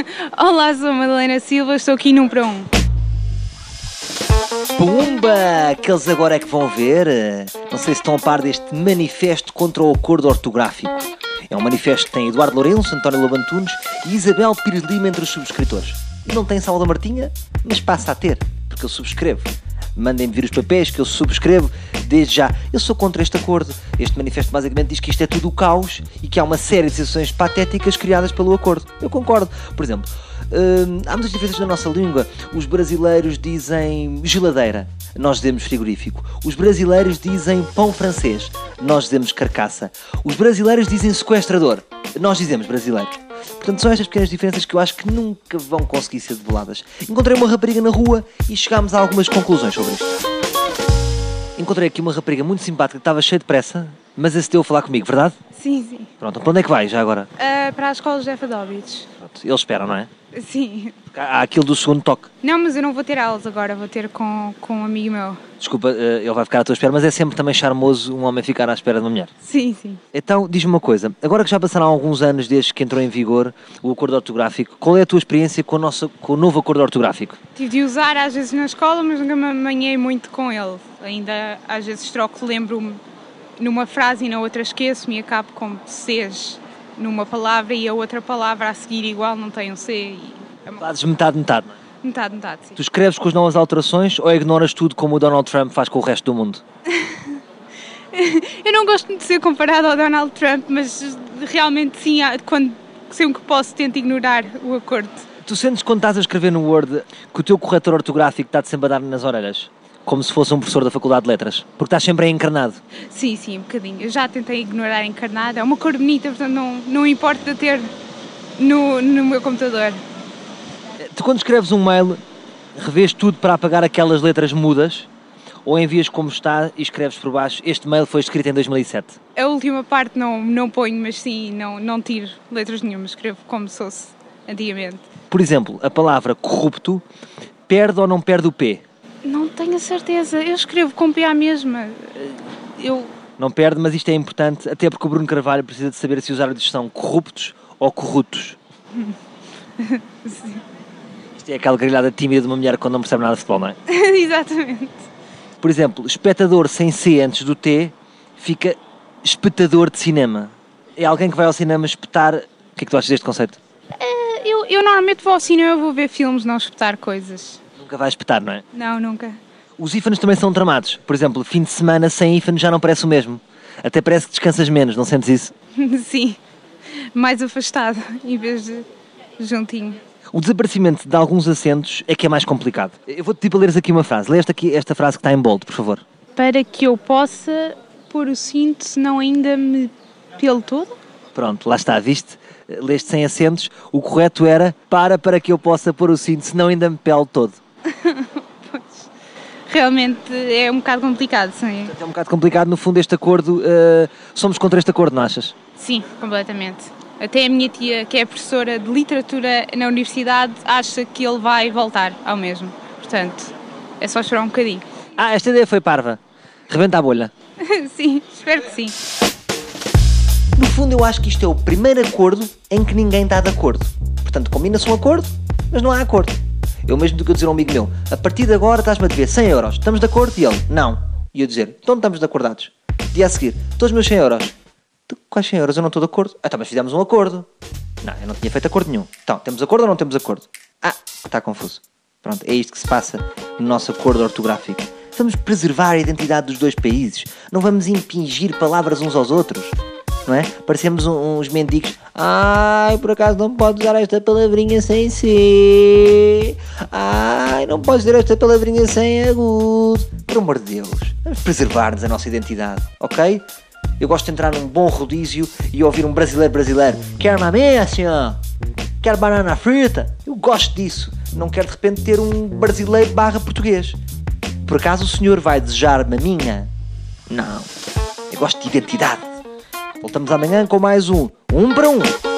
Olá, sou a Madalena Silva, estou aqui num para um. Pumba! Que eles agora é que vão ver. Não sei se estão a par deste manifesto contra o acordo ortográfico. É um manifesto que tem Eduardo Lourenço, António Lobantunes e Isabel Pires Lima entre os subscritores. E não tem Salvador Martinha, mas passa a ter, porque eu subscrevo. Mandem-me vir os papéis que eu subscrevo desde já. Eu sou contra este acordo. Este manifesto basicamente diz que isto é tudo o caos e que há uma série de situações patéticas criadas pelo acordo. Eu concordo. Por exemplo, há muitas diferenças na nossa língua. Os brasileiros dizem geladeira, nós dizemos frigorífico. Os brasileiros dizem pão francês, nós dizemos carcaça. Os brasileiros dizem sequestrador, nós dizemos brasileiro. Portanto, são estas pequenas diferenças que eu acho que nunca vão conseguir ser debeladas. Encontrei uma rapariga na rua e chegámos a algumas conclusões sobre isto. Encontrei aqui uma rapariga muito simpática que estava cheia de pressa, mas aceitou a falar comigo, verdade? Sim, sim. Pronto, para onde é que vais já agora? Para a escola José Fadóvidos. Pronto, eles esperam, não é? Sim. Porque há aquilo do segundo toque. Não, mas eu não vou ter aulas agora, vou ter com um amigo meu. Desculpa, ele vai ficar à tua espera, mas é sempre também charmoso um homem ficar à espera de uma mulher. Sim, sim. Então, diz-me uma coisa, agora que já passaram alguns anos desde que entrou em vigor o acordo ortográfico, qual é a tua experiência com o novo acordo ortográfico? Tive de usar às vezes na escola, mas nunca me amanhei muito com ele. Ainda às vezes troco, lembro-me numa frase e na outra esqueço-me e acabo com Cs numa palavra e a outra palavra a seguir igual não tem um C. E Fazes metade, não é? Metade, sim. Tu escreves com as novas alterações ou ignoras tudo como o Donald Trump faz com o resto do mundo? Eu não gosto de ser comparado ao Donald Trump, mas realmente sim, sempre que posso tento ignorar o acordo. Tu sentes quando estás a escrever no Word que o teu corretor ortográfico está-te sempre a dar nas orelhas? Como se fosse um professor da Faculdade de Letras? Porque estás sempre aí encarnado. Sim, um bocadinho. Eu já tentei ignorar encarnado. É uma cor bonita, portanto não importa ter no meu computador. Tu quando escreves um mail, revês tudo para apagar aquelas letras mudas ou envias como está e escreves por baixo, este mail foi escrito em 2007? A última parte não ponho, mas sim, não tiro letras nenhumas. Escrevo como se fosse antigamente. Por exemplo, a palavra corrupto perde ou não perde o P? Não tenho a certeza. Eu escrevo com P à mesma. Não perde, mas isto é importante, até porque o Bruno Carvalho precisa de saber se usar a distinção corruptos ou corruptos. Sim. Isto é aquela grilhada tímida de uma mulher quando não percebe nada de futebol, não é? Exatamente. Por exemplo, espectador sem C antes do T fica espectador de cinema. É alguém que vai ao cinema espetar. O que é que tu achas deste conceito? Eu normalmente vou ao cinema, vou ver filmes, não espetar coisas. Nunca vai espetar, não é? Não, nunca. Os ífanes também são tramados. Por exemplo, fim de semana sem ífanes já não parece o mesmo. Até parece que descansas menos, não sentes isso? Sim. Mais afastado, em vez de juntinho. O desaparecimento de alguns acentos é que é mais complicado. Eu vou-te pedir para leres aqui uma frase. Lê esta frase que está em bold, por favor. Para que eu possa pôr o cinto, senão ainda me pelo todo? Pronto, lá está, viste? Leste sem acentos. O correto era para que eu possa pôr o cinto, senão ainda me pelo todo. Pois. Realmente é um bocado complicado, sim. É um bocado complicado. No fundo, este acordo... somos contra este acordo, não achas? Sim, completamente. Até a minha tia, que é professora de literatura na universidade, acha que ele vai voltar ao mesmo. Portanto, é só chorar um bocadinho. Esta ideia foi parva. Rebenta a bolha. Sim, espero que sim. No fundo, eu acho que isto é o primeiro acordo em que ninguém está de acordo. Portanto, combina-se um acordo, mas não há acordo. Eu mesmo do que eu dizer a um amigo meu, a partir de agora estás-me a dever 100 euros. Estamos de acordo? E ele, não. E eu dizer, então estamos de acordados. Dia a seguir, todos os meus 100 euros. Quais 100 euros? Eu não estou de acordo. Então, mas fizemos um acordo. Não, eu não tinha feito acordo nenhum. Então, temos acordo ou não temos acordo? Está confuso. Pronto, é isto que se passa no nosso acordo ortográfico. Vamos preservar a identidade dos dois países. Não vamos impingir palavras uns aos outros. Não é? Parecemos uns mendigos. Ai, por acaso não podes usar esta palavrinha sem C. Ai, não podes dizer esta palavrinha sem agudo. Por amor de Deus. Vamos preservar-nos a nossa identidade, ok? Eu gosto de entrar num bom rodízio e ouvir um brasileiro. Quer maminha, senhor? Quer banana frita? Eu gosto disso. Não quero de repente ter um brasileiro / português. Por acaso o senhor vai desejar maminha? Não. Eu gosto de identidade. Voltamos amanhã com mais um para um.